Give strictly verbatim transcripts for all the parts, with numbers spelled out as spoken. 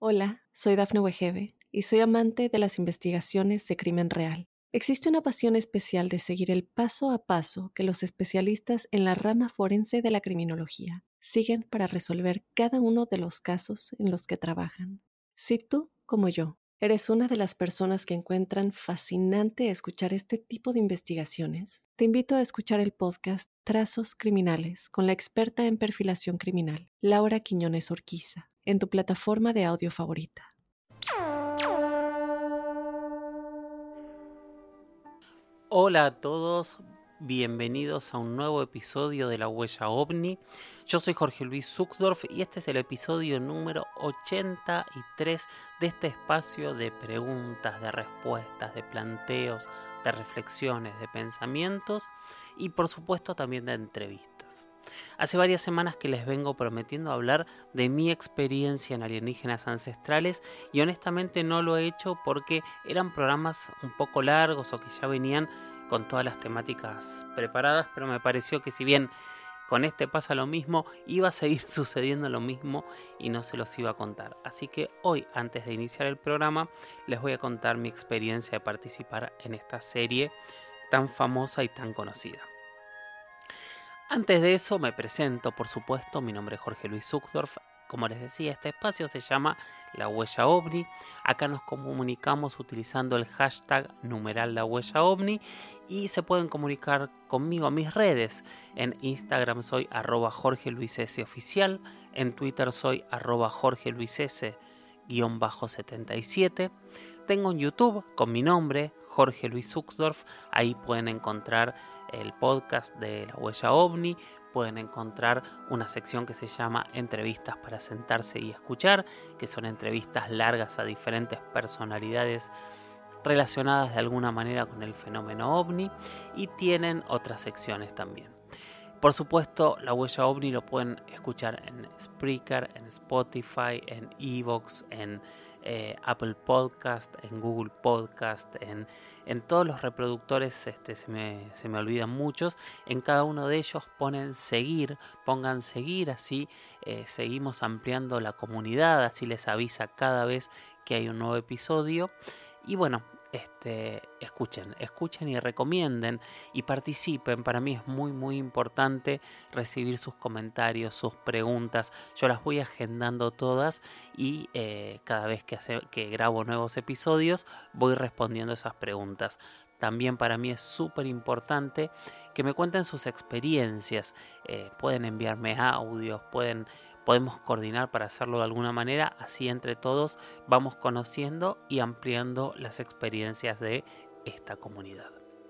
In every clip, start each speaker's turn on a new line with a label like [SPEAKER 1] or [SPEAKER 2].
[SPEAKER 1] Hola, soy Dafne Wegebe y soy amante de las investigaciones de crimen real. Existe una pasión especial de seguir el paso a paso que los especialistas en la rama forense de la criminología siguen para resolver cada uno de los casos en los que trabajan. Si tú, como yo, eres una de las personas que encuentran fascinante escuchar este tipo de investigaciones, te invito a escuchar el podcast Trazos Criminales con la experta en perfilación criminal, Laura Quiñones Orquiza, en tu plataforma de audio favorita.
[SPEAKER 2] Hola a todos, bienvenidos a un nuevo episodio de La Huella OVNI. Yo soy Jorge Luis Zuckdorf y este es el episodio número ochenta y tres de este espacio de preguntas, de respuestas, de planteos, de reflexiones, de pensamientos y por supuesto también de entrevistas. Hace varias semanas que les vengo prometiendo hablar de mi experiencia en alienígenas ancestrales y honestamente no lo he hecho porque eran programas un poco largos o que ya venían con todas las temáticas preparadas, pero me pareció que si bien con este pasa lo mismo, iba a seguir sucediendo lo mismo y no se los iba a contar. Así que hoy, antes de iniciar el programa, les voy a contar mi experiencia de participar en esta serie tan famosa y tan conocida. Antes de eso me presento, por supuesto, mi nombre es Jorge Luis Zuckdorf. Como les decía, este espacio se llama La Huella OVNI. Acá nos comunicamos utilizando el hashtag numeral La Huella OVNI y se pueden comunicar conmigo a mis redes. En Instagram soy arroba Jorge Luis S oficial, en Twitter soy arroba Jorge Luis S guión bajo setenta y siete. Tengo un YouTube con mi nombre, Jorge Luis Zuckdorf. Ahí pueden encontrar el podcast de La Huella OVNI. Pueden encontrar una sección que se llama Entrevistas para sentarse y escuchar, que son entrevistas largas a diferentes personalidades relacionadas de alguna manera con el fenómeno OVNI. Y tienen otras secciones también. Por supuesto, La Huella OVNI lo pueden escuchar en Spreaker, en Spotify, en Evox, en eh, Apple Podcast, en Google Podcast, en, en todos los reproductores, este, se, me, se me olvidan muchos. En cada uno de ellos ponen seguir, pongan seguir, así eh, seguimos ampliando la comunidad, así les avisa cada vez que hay un nuevo episodio. Y bueno, Este, escuchen, escuchen y recomienden y participen. Para mí es muy muy importante recibir sus comentarios, sus preguntas. Yo las voy agendando todas y eh, cada vez que, hace, que grabo nuevos episodios voy respondiendo esas preguntas. También para mí es súper importante que me cuenten sus experiencias. Eh, pueden enviarme audios, pueden, podemos coordinar para hacerlo de alguna manera. Así entre todos vamos conociendo y ampliando las experiencias de esta comunidad.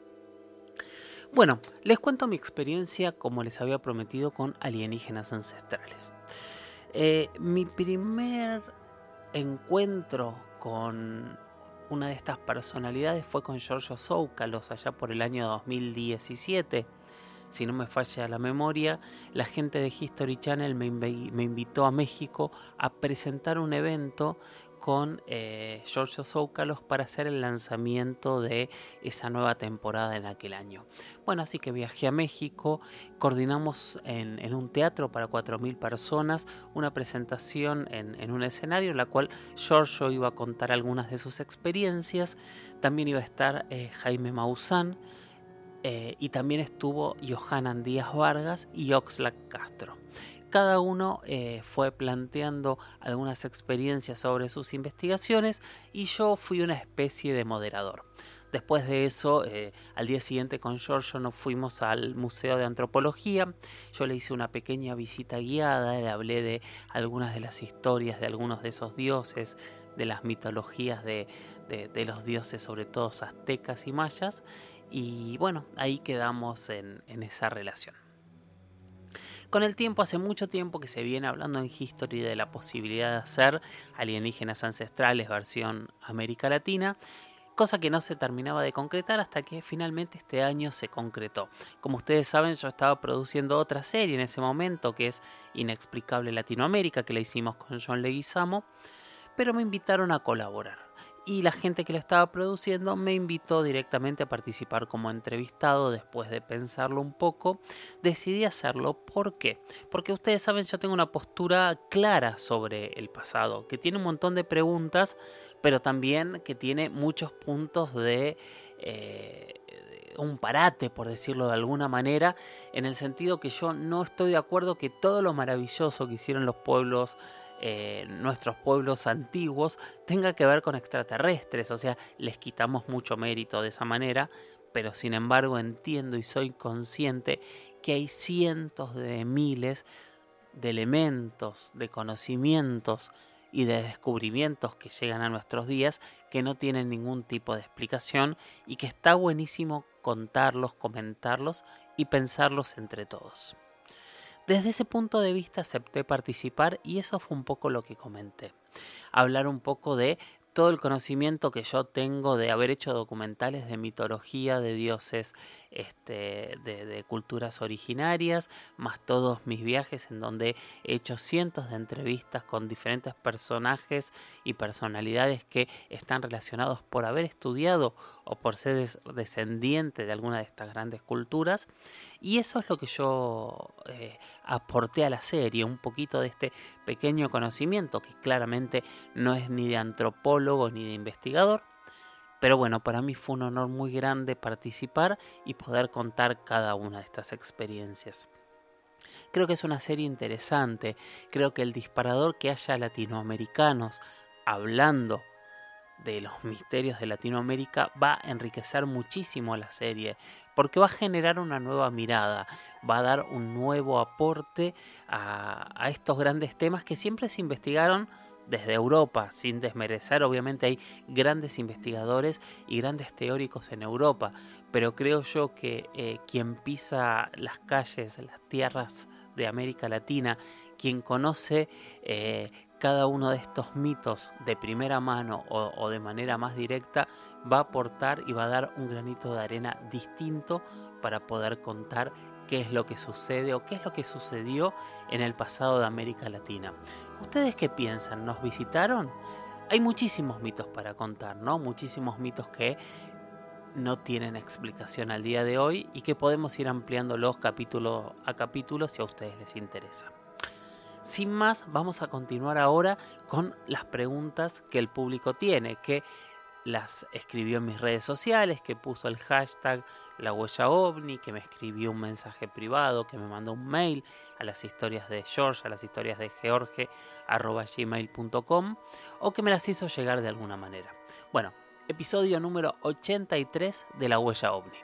[SPEAKER 2] Bueno, les cuento mi experiencia como les había prometido con alienígenas ancestrales. Eh, mi primer encuentro con una de estas personalidades fue con Giorgio Tsoukalos allá por el año dos mil diecisiete. Si no me falla la memoria, la gente de History Channel me, inv- me invitó a México a presentar un evento con eh, Giorgio Tsoukalos para hacer el lanzamiento de esa nueva temporada en aquel año. Bueno, así que viajé a México, coordinamos en, en un teatro para cuatro mil personas una presentación en, en un escenario en la cual Giorgio iba a contar algunas de sus experiencias. También iba a estar eh, Jaime Maussan, eh, y también estuvo Johanan Díaz Vargas y Oxlack Castro. Cada uno eh, fue planteando algunas experiencias sobre sus investigaciones y yo fui una especie de moderador. Después de eso, eh, al día siguiente con Giorgio nos fuimos al Museo de Antropología. Yo le hice una pequeña visita guiada, le hablé de algunas de las historias de algunos de esos dioses, de las mitologías de, de, de los dioses, sobre todo aztecas y mayas. Y bueno, ahí quedamos en, en esa relación. Con el tiempo, hace mucho tiempo que se viene hablando en History de la posibilidad de hacer alienígenas ancestrales versión América Latina, cosa que no se terminaba de concretar hasta que finalmente este año se concretó. Como ustedes saben, yo estaba produciendo otra serie en ese momento que es Inexplicable Latinoamérica, que la hicimos con John Leguizamo, pero me invitaron a colaborar. y la gente que lo estaba produciendo me invitó directamente a participar como entrevistado. Después de pensarlo un poco, decidí hacerlo. ¿Por qué? Porque ustedes saben, yo tengo una postura clara sobre el pasado, que tiene un montón de preguntas, pero también que tiene muchos puntos de eh, un parate, por decirlo de alguna manera, en el sentido que yo no estoy de acuerdo que todo lo maravilloso que hicieron los pueblos Eh, nuestros pueblos antiguos tenga que ver con extraterrestres. O sea, les quitamos mucho mérito de esa manera, pero sin embargo entiendo y soy consciente que hay cientos de miles de elementos, de conocimientos y de descubrimientos que llegan a nuestros días que no tienen ningún tipo de explicación y que está buenísimo contarlos, comentarlos y pensarlos entre todos. Desde ese punto de vista acepté participar y eso fue un poco lo que comenté. Hablar un poco de todo el conocimiento que yo tengo de haber hecho documentales de mitología, de dioses, este, de, de culturas originarias, más todos mis viajes en donde he hecho cientos de entrevistas con diferentes personajes y personalidades que están relacionados por haber estudiado o por ser des- descendiente de alguna de estas grandes culturas. Y eso es lo que yo eh, aporté a la serie, un poquito de este pequeño conocimiento que claramente no es ni de antropólogo ni de investigador, pero bueno, para mí fue un honor muy grande participar y poder contar cada una de estas experiencias. Creo que es una serie interesante, creo que el disparador que haya latinoamericanos hablando de los misterios de Latinoamérica va a enriquecer muchísimo la serie, porque va a generar una nueva mirada, va a dar un nuevo aporte a, a estos grandes temas que siempre se investigaron desde Europa, sin desmerecer. Obviamente hay grandes investigadores y grandes teóricos en Europa, pero creo yo que eh, quien pisa las calles, las tierras de América Latina, quien conoce eh, cada uno de estos mitos de primera mano o, o de manera más directa, va a aportar y va a dar un granito de arena distinto para poder contar qué es lo que sucede o qué es lo que sucedió en el pasado de América Latina. ¿Ustedes qué piensan? ¿Nos visitaron? Hay muchísimos mitos para contar, ¿no? Muchísimos mitos que no tienen explicación al día de hoy y que podemos ir ampliándolos capítulo a capítulo si a ustedes les interesa. Sin más, vamos a continuar ahora con las preguntas que el público tiene, que las escribió en mis redes sociales, que puso el hashtag La Huella OVNI, que me escribió un mensaje privado, que me mandó un mail a las historias de George, a las historias de George, arroba gmail punto com, o que me las hizo llegar de alguna manera. Bueno, episodio número ochenta y tres de La Huella OVNI.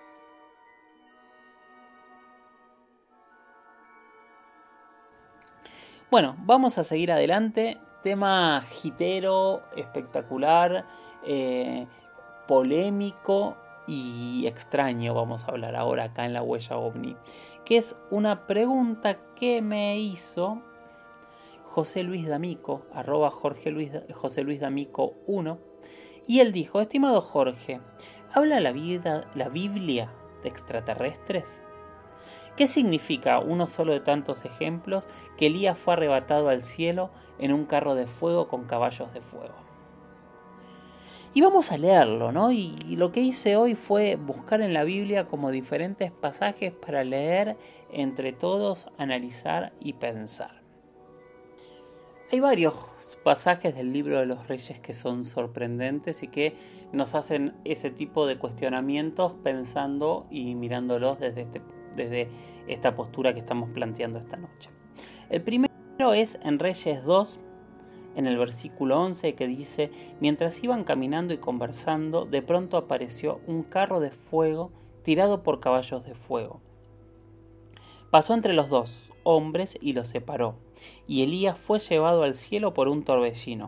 [SPEAKER 2] Bueno, vamos a seguir adelante. Tema hitero, espectacular, eh, polémico y extraño vamos a hablar ahora acá en La Huella OVNI, que es una pregunta que me hizo José Luis D'Amico, arroba Jorge Luis, José Luis D'Amico uno, y él dijo: estimado Jorge, ¿habla la, vida, la Biblia de extraterrestres? ¿Qué significa uno solo de tantos ejemplos que Elías fue arrebatado al cielo en un carro de fuego con caballos de fuego? Y vamos a leerlo, ¿no? Y lo que hice hoy fue buscar en la Biblia como diferentes pasajes para leer entre todos, analizar y pensar. Hay varios pasajes del libro de los Reyes que son sorprendentes y que nos hacen ese tipo de cuestionamientos pensando y mirándolos desde, este, desde esta postura que estamos planteando esta noche. El primero es en Reyes dos, en el versículo once, que dice: mientras iban caminando y conversando, de pronto apareció un carro de fuego tirado por caballos de fuego. Pasó entre los dos hombres y los separó, y Elías fue llevado al cielo por un torbellino.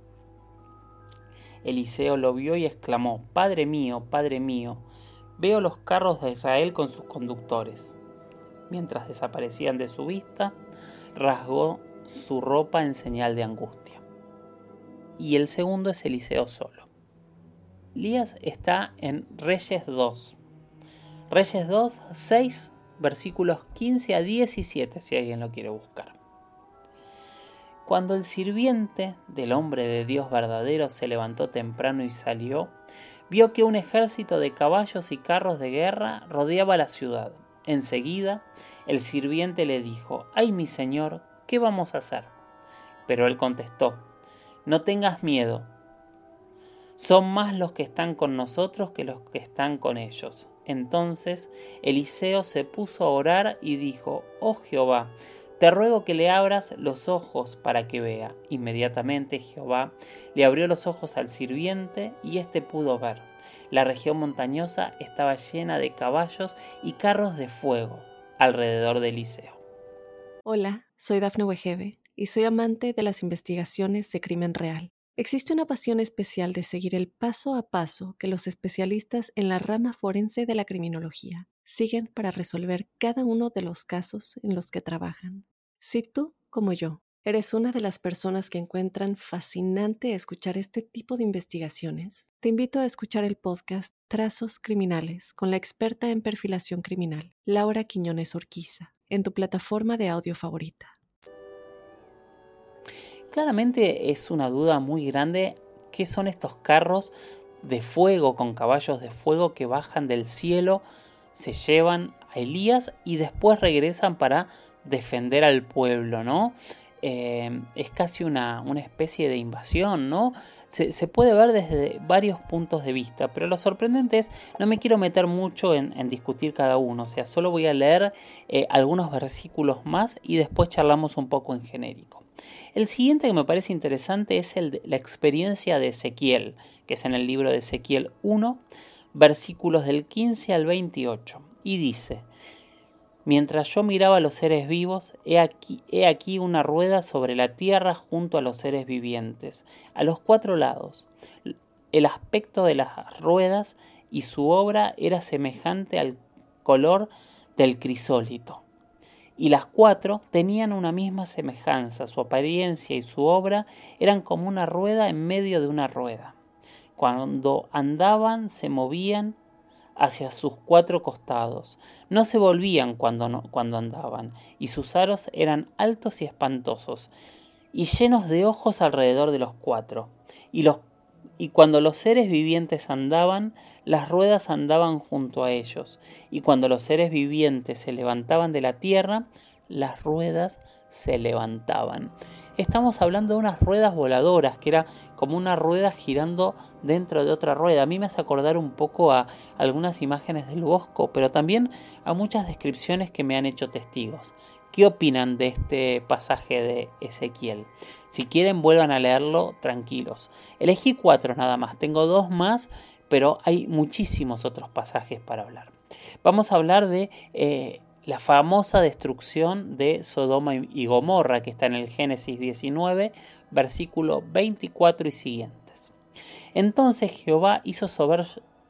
[SPEAKER 2] Eliseo lo vio y exclamó: Padre mío, Padre mío, veo los carros de Israel con sus conductores. Mientras desaparecían de su vista, rasgó su ropa en señal de angustia. Y el segundo es Eliseo solo. Elías está en Reyes dos. Reyes dos, seis, versículos quince a diecisiete, si alguien lo quiere buscar. Cuando el sirviente del hombre de Dios verdadero se levantó temprano y salió, vio que un ejército de caballos y carros de guerra rodeaba la ciudad. Enseguida, el sirviente le dijo: «¡Ay, mi señor! ¿Qué vamos a hacer?». Pero él contestó: «No tengas miedo. Son más los que están con nosotros que los que están con ellos». Entonces Eliseo se puso a orar y dijo: «Oh Jehová, te ruego que le abras los ojos para que vea». Inmediatamente Jehová le abrió los ojos al sirviente y éste pudo ver. La región montañosa estaba llena de caballos y carros de fuego alrededor de Eliseo.
[SPEAKER 1] Hola, soy Dafne Wegebe y soy amante de las investigaciones de crimen real. Existe una pasión especial de seguir el paso a paso que los especialistas en la rama forense de la criminología siguen para resolver cada uno de los casos en los que trabajan. Si tú, como yo, eres una de las personas que encuentran fascinante escuchar este tipo de investigaciones, te invito a escuchar el podcast Trazos Criminales con la experta en perfilación criminal, Laura Quiñones Orquiza, en tu plataforma de audio favorita.
[SPEAKER 2] Claramente es una duda muy grande qué son estos carros de fuego con caballos de fuego que bajan del cielo, se llevan a Elías y después regresan para defender al pueblo, ¿no? Eh, es casi una, una especie de invasión, ¿no? Se, se puede ver desde varios puntos de vista, pero lo sorprendente es, no me quiero meter mucho en, en discutir cada uno, o sea, solo voy a leer eh, algunos versículos más y después charlamos un poco en genérico. El siguiente que me parece interesante es el de la experiencia de Ezequiel, que es en el libro de Ezequiel uno, versículos del quince al veintiocho, y dice: «Mientras yo miraba a los seres vivos, he aquí, he aquí una rueda sobre la tierra junto a los seres vivientes, a los cuatro lados. El aspecto de las ruedas y su obra era semejante al color del crisólito. Y las cuatro tenían una misma semejanza, su apariencia y su obra eran como una rueda en medio de una rueda. Cuando andaban se movían hacia sus cuatro costados, no se volvían cuando, no, cuando andaban, y sus aros eran altos y espantosos, y llenos de ojos alrededor de los cuatro. Y, los, y cuando los seres vivientes andaban, las ruedas andaban junto a ellos, y cuando los seres vivientes se levantaban de la tierra, las ruedas se levantaban». Estamos hablando de unas ruedas voladoras, que era como una rueda girando dentro de otra rueda. A mí me hace acordar un poco a algunas imágenes del Bosco, pero también a muchas descripciones que me han hecho testigos. ¿Qué opinan de este pasaje de Ezequiel? Si quieren, vuelvan a leerlo tranquilos. Elegí cuatro nada más, tengo dos más, pero hay muchísimos otros pasajes para hablar. Vamos a hablar de Eh, la famosa destrucción de Sodoma y Gomorra, que está en el Génesis diecinueve, versículo veinticuatro y siguientes. Entonces Jehová hizo llover,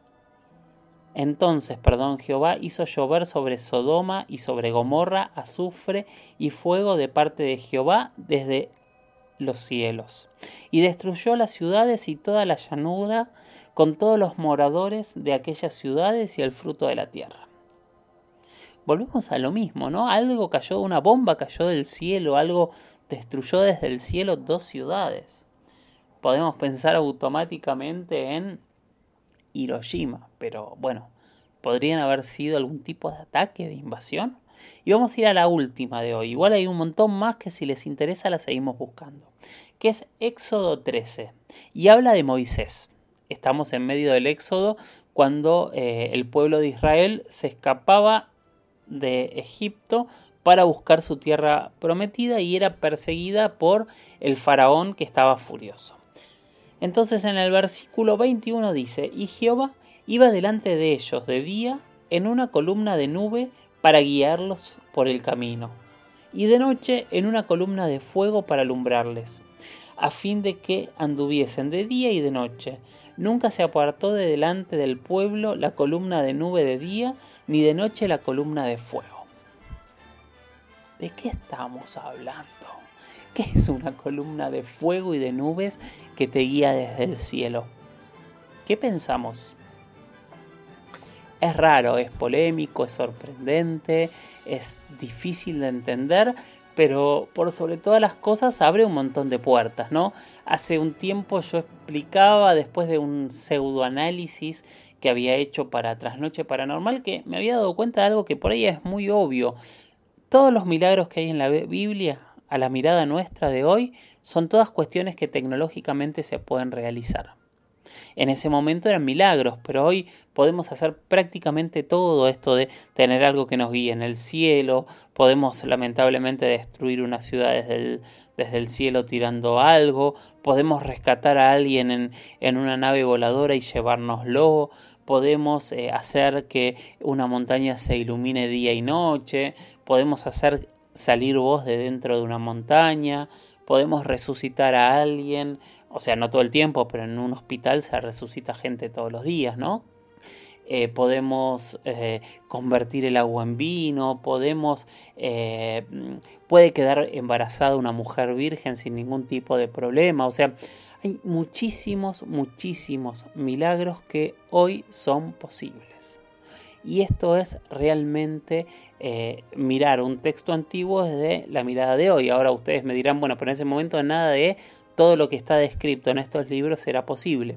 [SPEAKER 2] entonces, perdón, Jehová hizo llover sobre Sodoma y sobre Gomorra azufre y fuego de parte de Jehová desde los cielos, y destruyó las ciudades y toda la llanura con todos los moradores de aquellas ciudades y el fruto de la tierra. Volvemos a lo mismo, ¿no? Algo cayó, una bomba cayó del cielo, algo destruyó desde el cielo dos ciudades. Podemos pensar automáticamente en Hiroshima, pero bueno, ¿podrían haber sido algún tipo de ataque, de invasión? Y vamos a ir a la última de hoy. Igual hay un montón más que si les interesa la seguimos buscando, que es Éxodo trece, y habla de Moisés. Estamos en medio del Éxodo cuando eh, el pueblo de Israel se escapaba de Egipto para buscar su tierra prometida y era perseguida por el faraón, que estaba furioso. Entonces en el versículo veintiuno dice: «Y Jehová iba delante de ellos de día en una columna de nube para guiarlos por el camino, y de noche en una columna de fuego para alumbrarles, a fin de que anduviesen de día y de noche. Nunca se apartó de delante del pueblo la columna de nube de día, ni de noche la columna de fuego». ¿De qué estamos hablando? ¿Qué es una columna de fuego y de nubes que te guía desde el cielo? ¿Qué pensamos? Es raro, es polémico, es sorprendente, es difícil de entender, pero por sobre todas las cosas abre un montón de puertas, ¿no? Hace un tiempo yo explicaba, después de un pseudoanálisis que había hecho para Trasnoche Paranormal, que me había dado cuenta de algo que por ahí es muy obvio. Todos los milagros que hay en la Biblia, a la mirada nuestra de hoy, son todas cuestiones que tecnológicamente se pueden realizar. En ese momento eran milagros, pero hoy podemos hacer prácticamente todo esto de tener algo que nos guíe en el cielo, podemos lamentablemente destruir una ciudad desde el, desde el cielo tirando algo, podemos rescatar a alguien en, en una nave voladora y llevárnoslo, podemos eh, hacer que una montaña se ilumine día y noche, podemos hacer salir vos de dentro de una montaña, podemos resucitar a alguien, o sea, no todo el tiempo, pero en un hospital se resucita gente todos los días, ¿no? Eh, podemos eh, convertir el agua en vino, podemos, eh, puede quedar embarazada una mujer virgen sin ningún tipo de problema, o sea, hay muchísimos, muchísimos milagros que hoy son posibles. Y esto es realmente eh, mirar un texto antiguo desde la mirada de hoy. Ahora ustedes me dirán, bueno, pero en ese momento nada de todo lo que está descrito en estos libros será posible.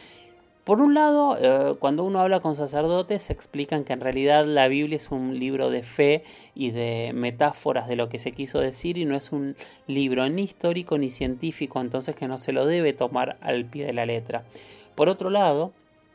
[SPEAKER 2] Por un lado, eh, cuando uno habla con sacerdotes, se explican que en realidad la Biblia es un libro de fe y de metáforas de lo que se quiso decir y no es un libro ni histórico ni científico, entonces que no se lo debe tomar al pie de la letra. Por otro lado,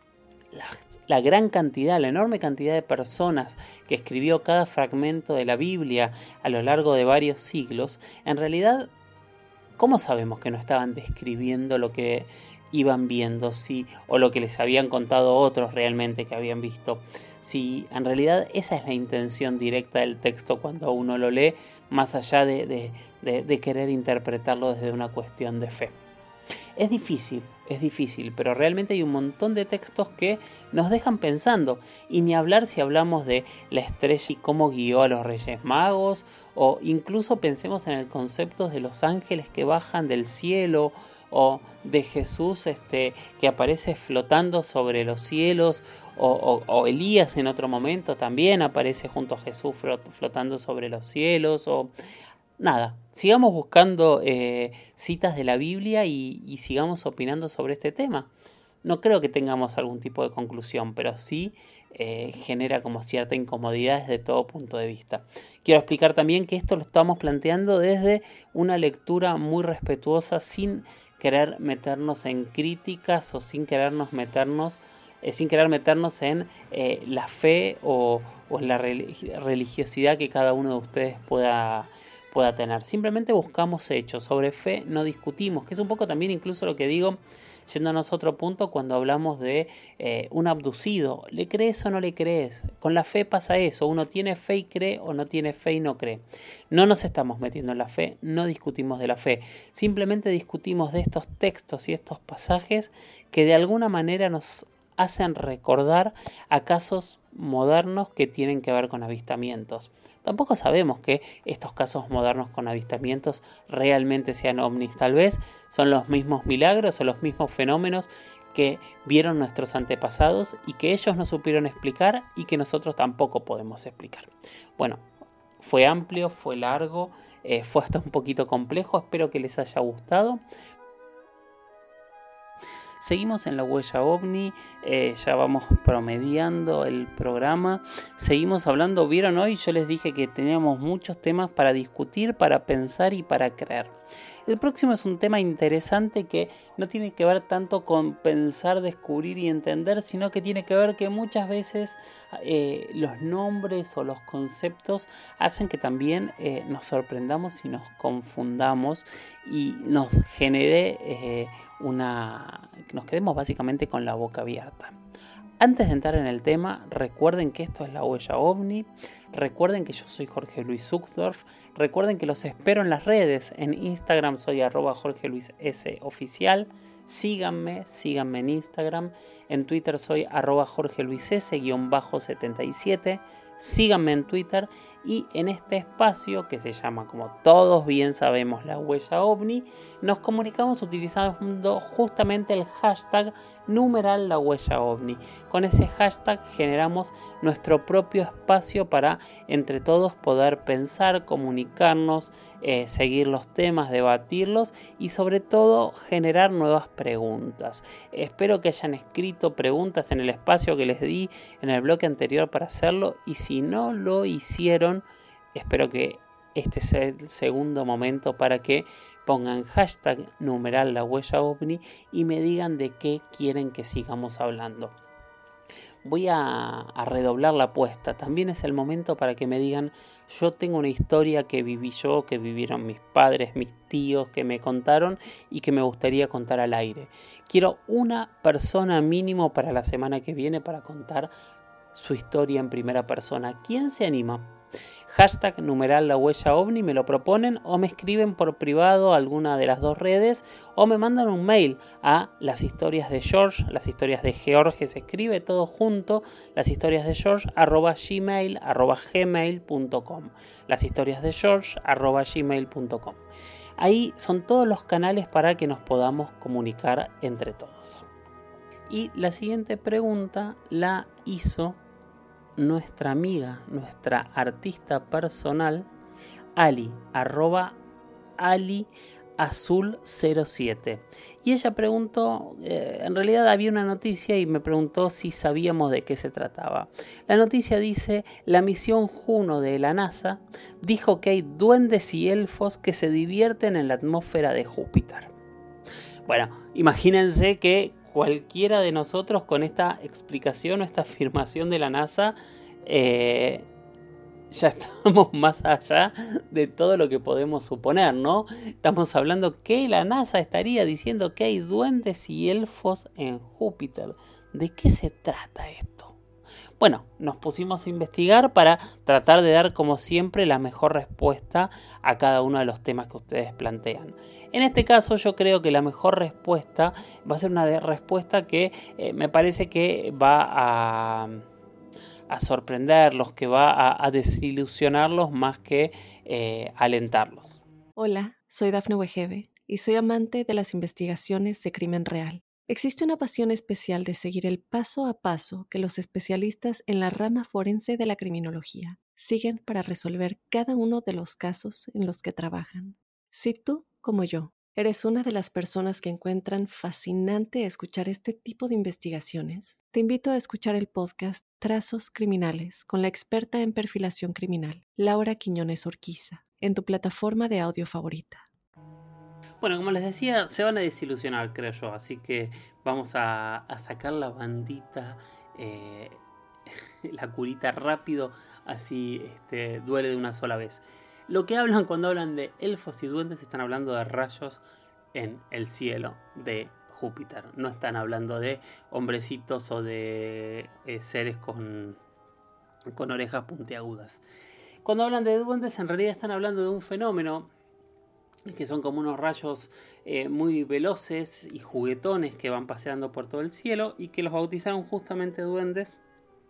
[SPEAKER 2] la La gran cantidad, la enorme cantidad de personas que escribió cada fragmento de la Biblia a lo largo de varios siglos, en realidad, ¿cómo sabemos que no estaban describiendo lo que iban viendo, si, o lo que les habían contado otros realmente que habían visto? Si en realidad esa es la intención directa del texto cuando uno lo lee, más allá de, de, de, de querer interpretarlo desde una cuestión de fe. Es difícil, es difícil, pero realmente hay un montón de textos que nos dejan pensando. Y ni hablar si hablamos de la estrella y cómo guió a los Reyes Magos, o incluso pensemos en el concepto de los ángeles que bajan del cielo, o de Jesús este, que aparece flotando sobre los cielos, o, o, o Elías en otro momento también aparece junto a Jesús flotando sobre los cielos, o... Nada, sigamos buscando eh, citas de la Biblia y, y sigamos opinando sobre este tema. No creo que tengamos algún tipo de conclusión, pero sí eh, genera como cierta incomodidad desde todo punto de vista. Quiero explicar también que esto lo estamos planteando desde una lectura muy respetuosa, sin querer meternos en críticas o sin querernos meternos, eh, sin querer meternos en eh, la fe o, o en la religiosidad que cada uno de ustedes pueda pueda tener. Simplemente buscamos hechos. Sobre fe no discutimos, que es un poco también incluso lo que digo, yéndonos a otro punto, cuando hablamos de eh, un abducido. ¿Le crees o no le crees? Con la fe pasa eso. Uno tiene fe y cree, o no tiene fe y no cree. No nos estamos metiendo en la fe, no discutimos de la fe. Simplemente discutimos de estos textos y estos pasajes que de alguna manera nos hacen recordar a casos modernos que tienen que ver con avistamientos. Tampoco sabemos que estos casos modernos con avistamientos realmente sean ovnis. Tal vez son los mismos milagros o los mismos fenómenos que vieron nuestros antepasados y que ellos no supieron explicar y que nosotros tampoco podemos explicar. Bueno, fue amplio, fue largo, eh, fue hasta un poquito complejo. Espero que les haya gustado. Seguimos en la huella ovni, eh, ya vamos promediando el programa, seguimos hablando, vieron hoy, yo les dije que teníamos muchos temas para discutir, para pensar y para creer. El próximo es un tema interesante que no tiene que ver tanto con pensar, descubrir y entender, sino que tiene que ver que muchas veces eh, los nombres o los conceptos hacen que también eh, nos sorprendamos y nos confundamos y nos genere eh, una... nos quedemos básicamente con la boca abierta. Antes de entrar en el tema, recuerden que esto es La Huella OVNI, recuerden que yo soy Jorge Luis Zuckdorf, recuerden que los espero en las redes, en Instagram soy arroba Jorge Luis S oficial, síganme, síganme en Instagram, en Twitter soy arroba Jorge Luis S guión bajo setenta y siete, síganme en Twitter y en este espacio que se llama, como todos bien sabemos, La Huella OVNI, nos comunicamos utilizando justamente el hashtag numeral La Huella OVNI. Con ese hashtag generamos nuestro propio espacio para entre todos poder pensar, comunicarnos, eh, seguir los temas, debatirlos y sobre todo generar nuevas preguntas. Espero que hayan escrito preguntas en el espacio que les di en el bloque anterior para hacerlo, y si no lo hicieron, espero que este sea el segundo momento para que pongan hashtag numeral la huella ovni y me digan de qué quieren que sigamos hablando. Voy a, a redoblar la apuesta. También es el momento para que me digan: yo tengo una historia que viví yo, que vivieron mis padres, mis tíos, que me contaron y que me gustaría contar al aire. Quiero una persona mínimo para la semana que viene para contar su historia en primera persona. ¿Quién se anima? Hashtag numeral la huella ovni, me lo proponen o me escriben por privado a alguna de las dos redes o me mandan un mail a las historias de George, las historias de George se escribe todo junto, las historias de George arroba gmail arroba gmail punto com, las historias de George arroba gmail punto com. Ahí son todos los canales para que nos podamos comunicar entre todos. Y la siguiente pregunta la hizo nuestra amiga, nuestra artista personal, Ali, arroba Ali Azul cero siete. Y ella preguntó, eh, en realidad había una noticia y me preguntó si sabíamos de qué se trataba. La noticia dice: la misión Juno de la NASA dijo que hay duendes y elfos que se divierten en la atmósfera de Júpiter. Bueno, imagínense que cualquiera de nosotros con esta explicación o esta afirmación de la NASA, eh, ya estamos más allá de todo lo que podemos suponer, ¿no? Estamos hablando que la NASA estaría diciendo que hay duendes y elfos en Júpiter. ¿De qué se trata esto? Bueno, nos pusimos a investigar para tratar de dar, como siempre, la mejor respuesta a cada uno de los temas que ustedes plantean. En este caso, yo creo que la mejor respuesta va a ser una respuesta que eh, me parece que va a, a sorprenderlos, que va a, a desilusionarlos más que eh, alentarlos.
[SPEAKER 1] Hola, soy Dafne Wegebe y soy amante de las investigaciones de crimen real. Existe una pasión especial de seguir el paso a paso que los especialistas en la rama forense de la criminología siguen para resolver cada uno de los casos en los que trabajan. Si tú, como yo, eres una de las personas que encuentran fascinante escuchar este tipo de investigaciones, te invito a escuchar el podcast Trazos Criminales con la experta en perfilación criminal, Laura Quiñones Orquiza, en tu plataforma de audio favorita.
[SPEAKER 2] Bueno, como les decía, se van a desilusionar, creo yo, así que vamos a, a sacar la bandita, eh, la curita rápido, así este, duele de una sola vez. Lo que hablan cuando hablan de elfos y duendes, están hablando de rayos en el cielo de Júpiter. No están hablando de hombrecitos o de eh, seres con, con orejas puntiagudas. Cuando hablan de duendes, en realidad están hablando de un fenómeno que son como unos rayos eh, muy veloces y juguetones que van paseando por todo el cielo y que los bautizaron justamente duendes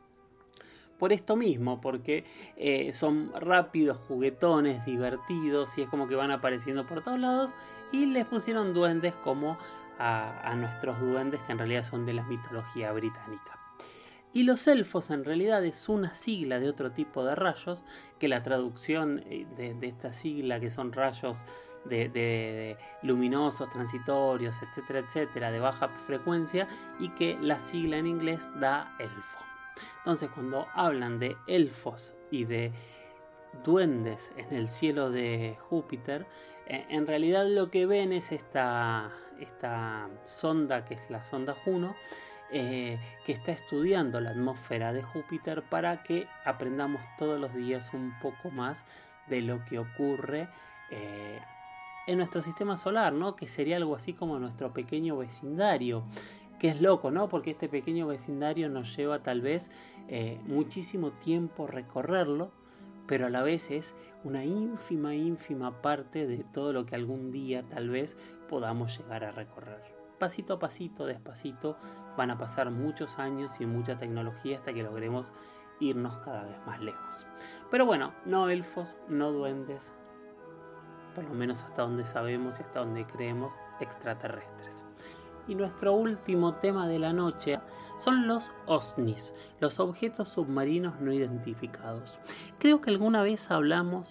[SPEAKER 2] por esto mismo, porque eh, son rápidos, juguetones, divertidos y es como que van apareciendo por todos lados, y les pusieron duendes como a, a nuestros duendes que en realidad son de la mitología británica. Y los elfos en realidad es una sigla de otro tipo de rayos, que la traducción de, de esta sigla, que son rayos de, de, de luminosos, transitorios, etcétera, etcétera, de baja frecuencia, y que la sigla en inglés da elfo. Entonces, cuando hablan de elfos y de duendes en el cielo de Júpiter, eh, en realidad lo que ven es esta, esta sonda, que es la sonda Juno, Eh, que está estudiando la atmósfera de Júpiter para que aprendamos todos los días un poco más de lo que ocurre eh, en nuestro sistema solar, ¿no? Que sería algo así como nuestro pequeño vecindario, que es loco, ¿no? Porque este pequeño vecindario nos lleva tal vez eh, muchísimo tiempo recorrerlo, pero a la vez es una ínfima, ínfima parte de todo lo que algún día tal vez podamos llegar a recorrer. Pasito a pasito, despacito, van a pasar muchos años y mucha tecnología hasta que logremos irnos cada vez más lejos. Pero bueno, no elfos, no duendes, por lo menos hasta donde sabemos y hasta donde creemos, extraterrestres. Y nuestro último tema de la noche son los OSNIs, los objetos submarinos no identificados. Creo que alguna vez hablamos,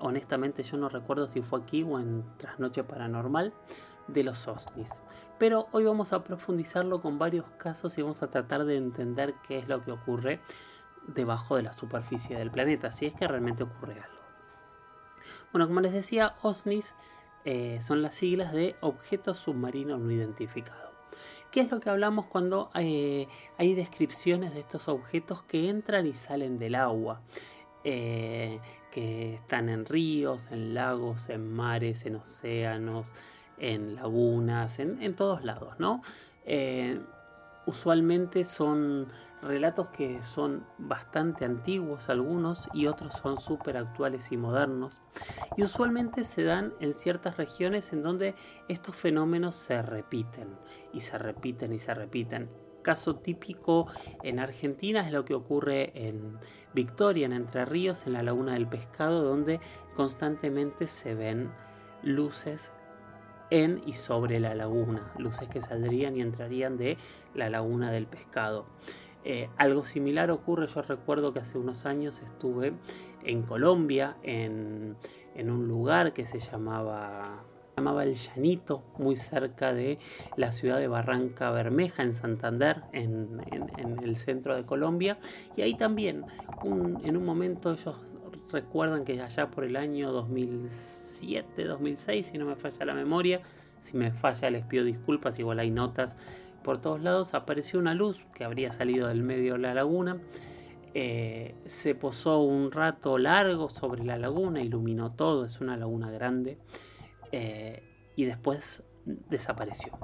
[SPEAKER 2] honestamente yo no recuerdo si fue aquí o en Trasnoche Paranormal, de los ovnis. Pero hoy vamos a profundizarlo con varios casos y vamos a tratar de entender qué es lo que ocurre debajo de la superficie del planeta, si es que realmente ocurre algo. Bueno, como les decía, ovnis eh, son las siglas de Objeto Submarino No Identificado. ¿Qué es lo que hablamos cuando eh, hay descripciones de estos objetos que entran y salen del agua? Eh, que están en ríos, en lagos, en mares, en océanos, en lagunas, en, en todos lados, ¿no? Eh, usualmente son relatos que son bastante antiguos algunos y otros son súper actuales y modernos, y usualmente se dan en ciertas regiones en donde estos fenómenos se repiten y se repiten y se repiten. Caso típico en Argentina es lo que ocurre en Victoria, en Entre Ríos, en la Laguna del Pescado, donde constantemente se ven luces en y sobre la laguna, luces que saldrían y entrarían de la Laguna del Pescado. Eh, algo similar ocurre, yo recuerdo que hace unos años estuve en Colombia, en, en un lugar que se llamaba... Se llamaba El Llanito, muy cerca de la ciudad de Barranca Bermeja, en Santander, en, en, en el centro de Colombia. Y ahí también, un, en un momento ellos recuerdan que allá por el año dos mil siete, dos mil seis, si no me falla la memoria, si me falla les pido disculpas, igual hay notas por todos lados, apareció una luz que habría salido del medio de la laguna. Eh, se posó un rato largo sobre la laguna, iluminó todo, es una laguna grande. Eh, y después desapareció.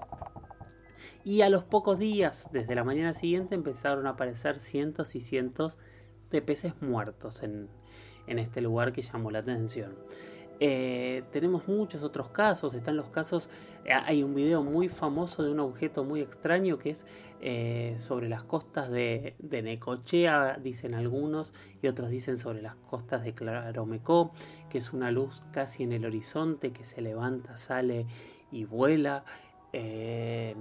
[SPEAKER 2] Y a los pocos días, desde la mañana siguiente, empezaron a aparecer cientos y cientos de peces muertos en, en este lugar que llamó la atención. Eh, tenemos muchos otros casos, están los casos, eh, hay un video muy famoso de un objeto muy extraño que es eh, sobre las costas de, de Necochea, dicen algunos, y otros dicen sobre las costas de Claromecó, que es una luz casi en el horizonte que se levanta, sale y vuela. Eh,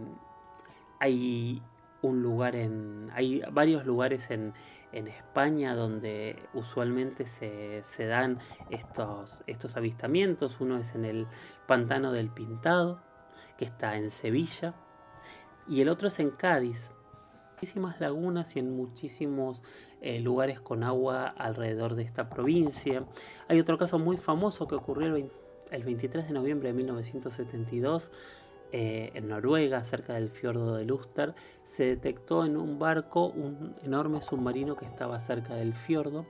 [SPEAKER 2] hay un lugar en, hay varios lugares en en España donde usualmente se, se dan estos, estos avistamientos. Uno es en el Pantano del Pintado, que está en Sevilla, y el otro es en Cádiz. Muchísimas lagunas y en muchísimos eh, lugares con agua alrededor de esta provincia. Hay otro caso muy famoso que ocurrió el, el veintitrés de noviembre de mil novecientos setenta y dos, Eh, en Noruega, cerca del fiordo de Luster. Se detectó en un barco un enorme submarino que estaba cerca del fiordo.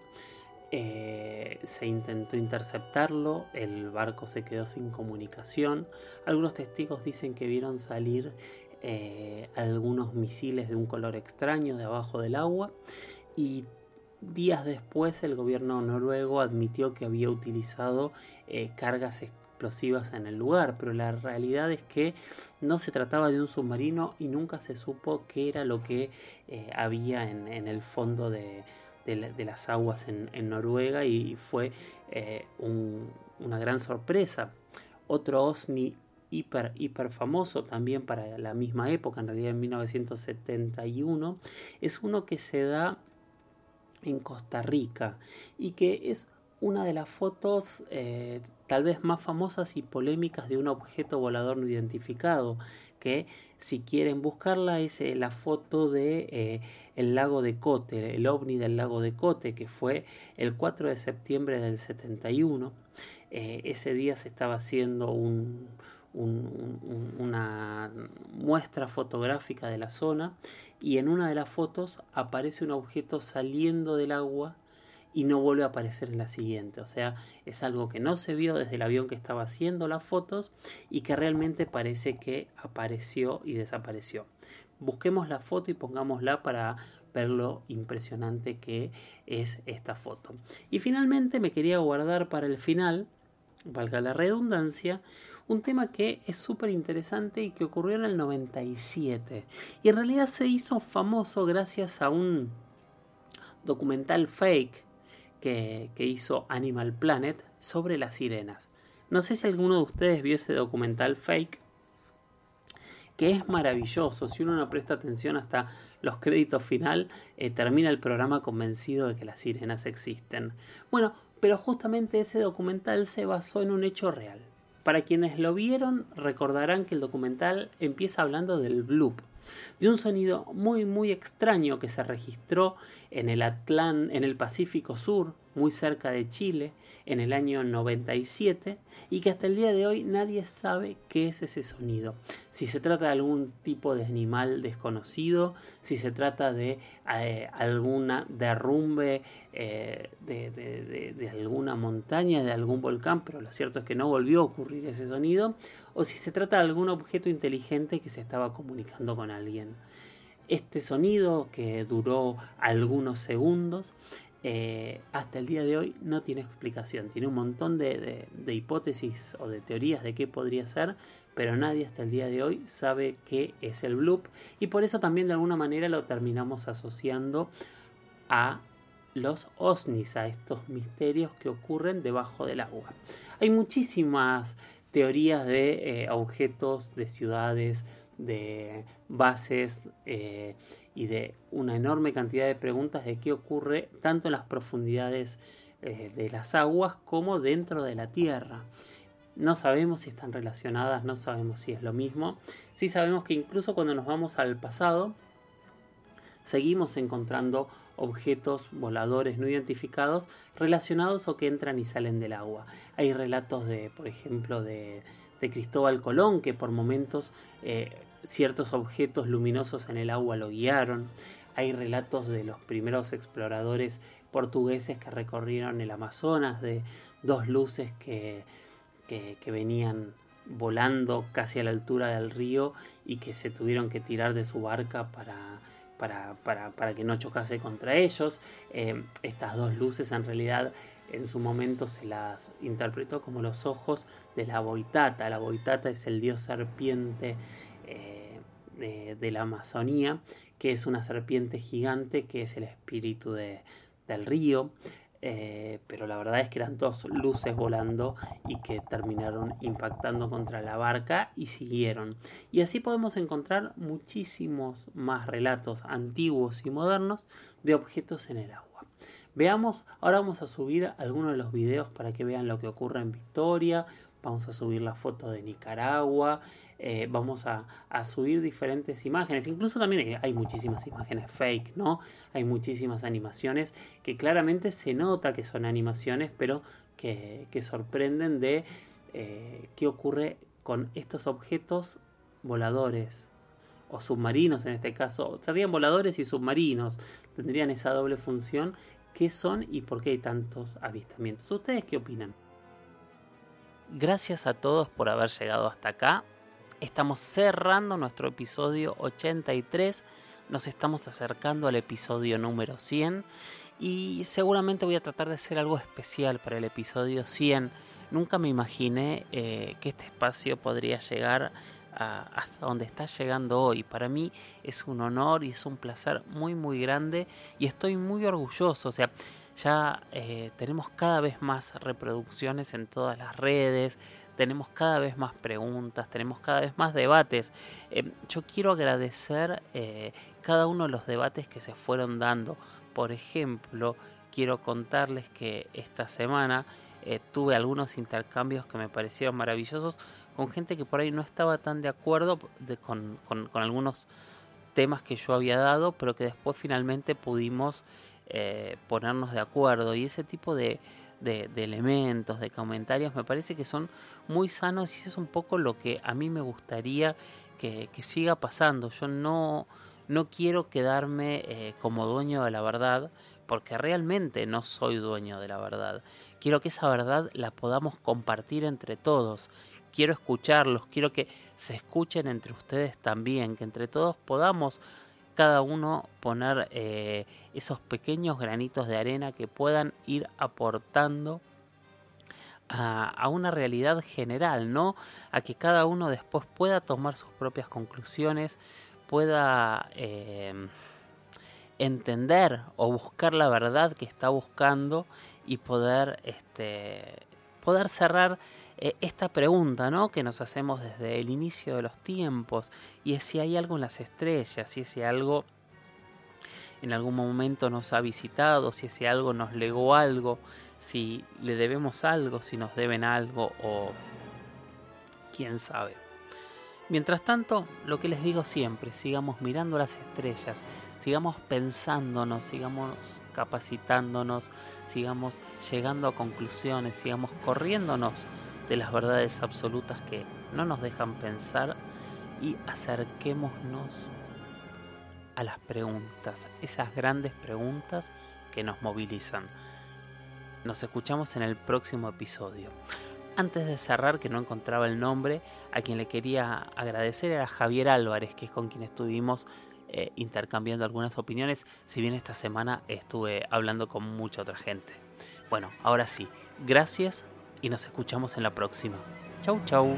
[SPEAKER 2] Eh, se intentó interceptarlo, el barco se quedó sin comunicación. Algunos testigos dicen que vieron salir eh, algunos misiles de un color extraño de abajo del agua, y días después el gobierno noruego admitió que había utilizado eh, cargas explosivas en el lugar, pero la realidad es que no se trataba de un submarino y nunca se supo qué era lo que eh, había en, en el fondo de, de, la, de las aguas en, en Noruega, y fue eh, un, una gran sorpresa. Otro ovni hiper, hiper famoso también para la misma época, en realidad en mil novecientos setenta y uno, es uno que se da en Costa Rica y que es una de las fotos eh, tal vez más famosas y polémicas de un objeto volador no identificado, que si quieren buscarla es eh, la foto de eh, el lago de Kotte, el ovni del lago de Kotte, que fue el cuatro de septiembre del setenta y uno. Eh, ese día se estaba haciendo un, un, un, una muestra fotográfica de la zona, y en una de las fotos aparece un objeto saliendo del agua y no vuelve a aparecer en la siguiente. O sea, es algo que no se vio desde el avión que estaba haciendo las fotos y que realmente parece que apareció y desapareció. Busquemos la foto y pongámosla para ver lo impresionante que es esta foto. Y finalmente me quería guardar para el final, valga la redundancia, un tema que es súper interesante y que ocurrió en el noventa y siete. Y en realidad se hizo famoso gracias a un documental fake Que, que hizo Animal Planet sobre las sirenas. No sé si alguno de ustedes vio ese documental fake, que es maravilloso. Si uno no presta atención hasta los créditos final, eh, termina el programa convencido de que las sirenas existen. Bueno, pero justamente ese documental se basó en un hecho real. Para quienes lo vieron, recordarán que el documental empieza hablando del bloop, de un sonido muy muy extraño que se registró en el Atlán, en el Pacífico Sur, muy cerca de Chile, en el año noventa y siete, y que hasta el día de hoy nadie sabe qué es ese sonido. Si se trata de algún tipo de animal desconocido, si se trata de eh, alguna derrumbe eh, de, de, de, de alguna montaña, de algún volcán, pero lo cierto es que no volvió a ocurrir ese sonido, o si se trata de algún objeto inteligente que se estaba comunicando con alguien. Este sonido, que duró algunos segundos, eh, hasta el día de hoy no tiene explicación. Tiene un montón de, de, de hipótesis o de teorías de qué podría ser, pero nadie hasta el día de hoy sabe qué es el bloop, y por eso también de alguna manera lo terminamos asociando a los ovnis, a estos misterios que ocurren debajo del agua. Hay muchísimas teorías de eh, objetos, de ciudades, de bases eh, y de una enorme cantidad de preguntas de qué ocurre tanto en las profundidades eh, de las aguas como dentro de la tierra. No sabemos si están relacionadas, no sabemos si es lo mismo. Sí sabemos que incluso cuando nos vamos al pasado, seguimos encontrando objetos voladores no identificados relacionados o que entran y salen del agua. Hay relatos de, por ejemplo, de, de Cristóbal Colón, que por momentos eh, ciertos objetos luminosos en el agua lo guiaron. Hay relatos de los primeros exploradores portugueses que recorrieron el Amazonas, de dos luces que, que, que venían volando casi a la altura del río y que se tuvieron que tirar de su barca para... Para, para, para que no chocase contra ellos. Eh, estas dos luces en realidad en su momento se las interpretó como los ojos de la Boitata. La Boitata es el dios serpiente eh, de, de la Amazonía, que es una serpiente gigante que es el espíritu de, del río. Eh, pero la verdad es que eran dos luces volando y que terminaron impactando contra la barca y siguieron. Y así podemos encontrar muchísimos más relatos antiguos y modernos de objetos en el agua. Veamos, ahora vamos a subir algunos de los videos para que vean lo que ocurre en Victoria. Vamos a subir la foto de Nicaragua, eh, vamos a, a subir diferentes imágenes, incluso también hay, hay muchísimas imágenes fake, ¿no? Hay muchísimas animaciones que claramente se nota que son animaciones, pero que, que sorprenden de eh, qué ocurre con estos objetos voladores o submarinos en este caso. Serían voladores y submarinos, tendrían esa doble función. ¿Qué son y por qué hay tantos avistamientos? ¿Ustedes qué opinan? Gracias a todos por haber llegado hasta acá. Estamos cerrando nuestro episodio ochenta y tres. Nos estamos acercando al episodio número cien. Y seguramente voy a tratar de hacer algo especial para el episodio cien. Nunca me imaginé eh, que este espacio podría llegar a, hasta donde está llegando hoy. Para mí es un honor y es un placer muy muy grande. Y estoy muy orgulloso. O sea, ya eh, tenemos cada vez más reproducciones en todas las redes, tenemos cada vez más preguntas, tenemos cada vez más debates. Eh, yo quiero agradecer eh, cada uno de los debates que se fueron dando. Por ejemplo, quiero contarles que esta semana eh, tuve algunos intercambios que me parecieron maravillosos con gente que por ahí no estaba tan de acuerdo de, con, con, con algunos temas que yo había dado, pero que después finalmente pudimos Eh, ponernos de acuerdo, y ese tipo de, de, de elementos, de comentarios me parece que son muy sanos y es un poco lo que a mí me gustaría que, que siga pasando. Yo no, no quiero quedarme eh, como dueño de la verdad, porque realmente no soy dueño de la verdad. Quiero que esa verdad la podamos compartir entre todos. Quiero escucharlos, quiero que se escuchen entre ustedes también, que entre todos podamos cada uno poner eh, esos pequeños granitos de arena que puedan ir aportando a, a una realidad general, ¿no? A que cada uno después pueda tomar sus propias conclusiones, pueda eh, entender o buscar la verdad que está buscando y poder, este, poder cerrar eh, esta pregunta, ¿no?, que nos hacemos desde el inicio de los tiempos, y es si hay algo en las estrellas, si es si algo en algún momento nos ha visitado, si ese algo nos legó algo, si le debemos algo, si nos deben algo o quién sabe. Mientras tanto, lo que les digo siempre, sigamos mirando las estrellas, sigamos pensándonos, sigamos capacitándonos, sigamos llegando a conclusiones, sigamos corriéndonos de las verdades absolutas que no nos dejan pensar y acerquémonos a las preguntas, esas grandes preguntas que nos movilizan. Nos escuchamos en el próximo episodio. Antes de cerrar, que no encontraba el nombre, a quien le quería agradecer era Javier Álvarez, que es con quien estuvimos eh, intercambiando algunas opiniones, si bien esta semana estuve hablando con mucha otra gente. Bueno, ahora sí, gracias y nos escuchamos en la próxima. Chau, chau.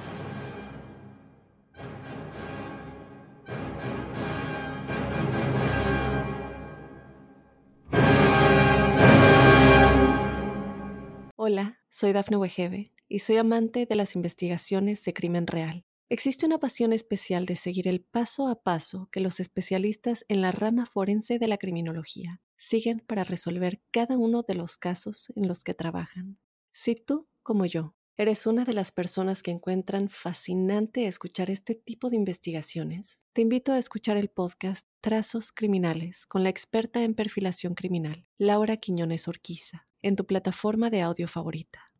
[SPEAKER 1] Hola, soy Dafne Wegebe y soy amante de las investigaciones de crimen real. Existe una pasión especial de seguir el paso a paso que los especialistas en la rama forense de la criminología siguen para resolver cada uno de los casos en los que trabajan. Si tú, como yo, eres una de las personas que encuentran fascinante escuchar este tipo de investigaciones, te invito a escuchar el podcast Trazos Criminales con la experta en perfilación criminal, Laura Quiñones Orquiza, en tu plataforma de audio favorita.